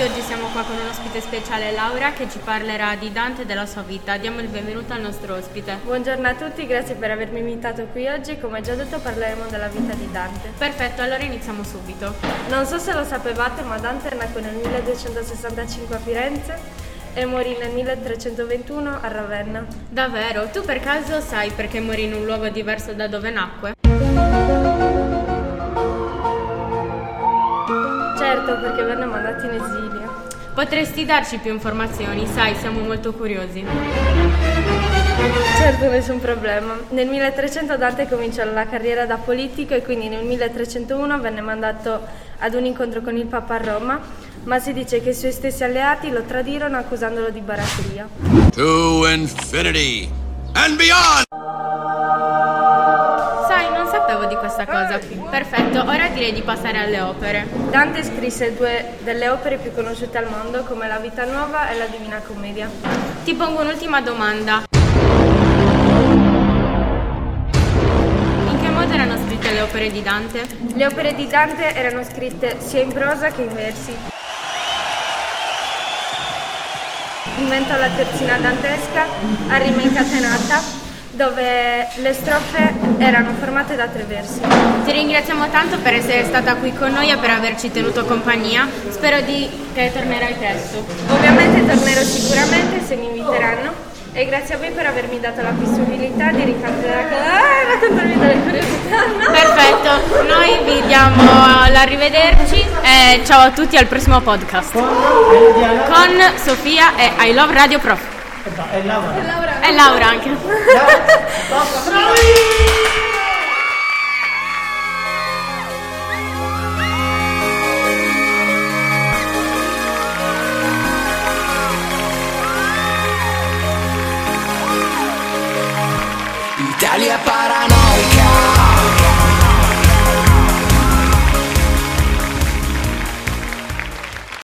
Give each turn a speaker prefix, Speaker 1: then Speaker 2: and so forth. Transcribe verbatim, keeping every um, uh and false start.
Speaker 1: oggi siamo qua con un ospite speciale, Laura, che ci parlerà di Dante e della sua vita. Diamo il benvenuto al nostro ospite.
Speaker 2: Buongiorno a tutti, grazie per avermi invitato qui oggi. Come già detto parleremo della vita di Dante.
Speaker 1: Perfetto, allora iniziamo subito.
Speaker 2: Non so se lo sapevate, ma Dante nacque nel milleduecentosessantacinque a Firenze e morì nel milletrecentoventuno a Ravenna.
Speaker 1: Davvero? Tu per caso sai perché morì in un luogo diverso da dove nacque?
Speaker 2: Certo, perché venne mandato in esilio.
Speaker 1: Potresti darci più informazioni? Sai, siamo molto curiosi.
Speaker 2: Certo, nessun problema. Nel milletrecento Dante cominciò la carriera da politico e quindi nel milletrecentouno venne mandato ad un incontro con il Papa a Roma, ma si dice che i suoi stessi alleati lo tradirono accusandolo di baratteria.
Speaker 3: To infinity and beyond!
Speaker 1: Sai, non sapevo di questa cosa. Perfetto, ora direi di passare alle opere.
Speaker 2: Dante scrisse due delle opere più conosciute al mondo come La Vita Nuova e La Divina Commedia.
Speaker 1: Ti pongo un'ultima domanda. In che modo erano scritte le opere di Dante?
Speaker 2: Le opere di Dante erano scritte sia in prosa che in versi. Inventò la terzina dantesca a rima incatenata, dove le strofe erano formate da tre versi.
Speaker 1: Ti ringraziamo tanto per essere stata qui con noi e per averci tenuto compagnia. Spero di che tornerai presto.
Speaker 2: Ovviamente tornerò sicuramente se mi inviteranno e grazie a voi per avermi dato la possibilità di ricantare ah, raccontarmi delle curiosità. No?
Speaker 1: Perfetto, noi vi diamo l'arrivederci e ciao a tutti al prossimo podcast con Sofia e I Love Radio Prof.
Speaker 4: E Laura.
Speaker 2: E Laura.
Speaker 1: E Laura anche.
Speaker 5: Italia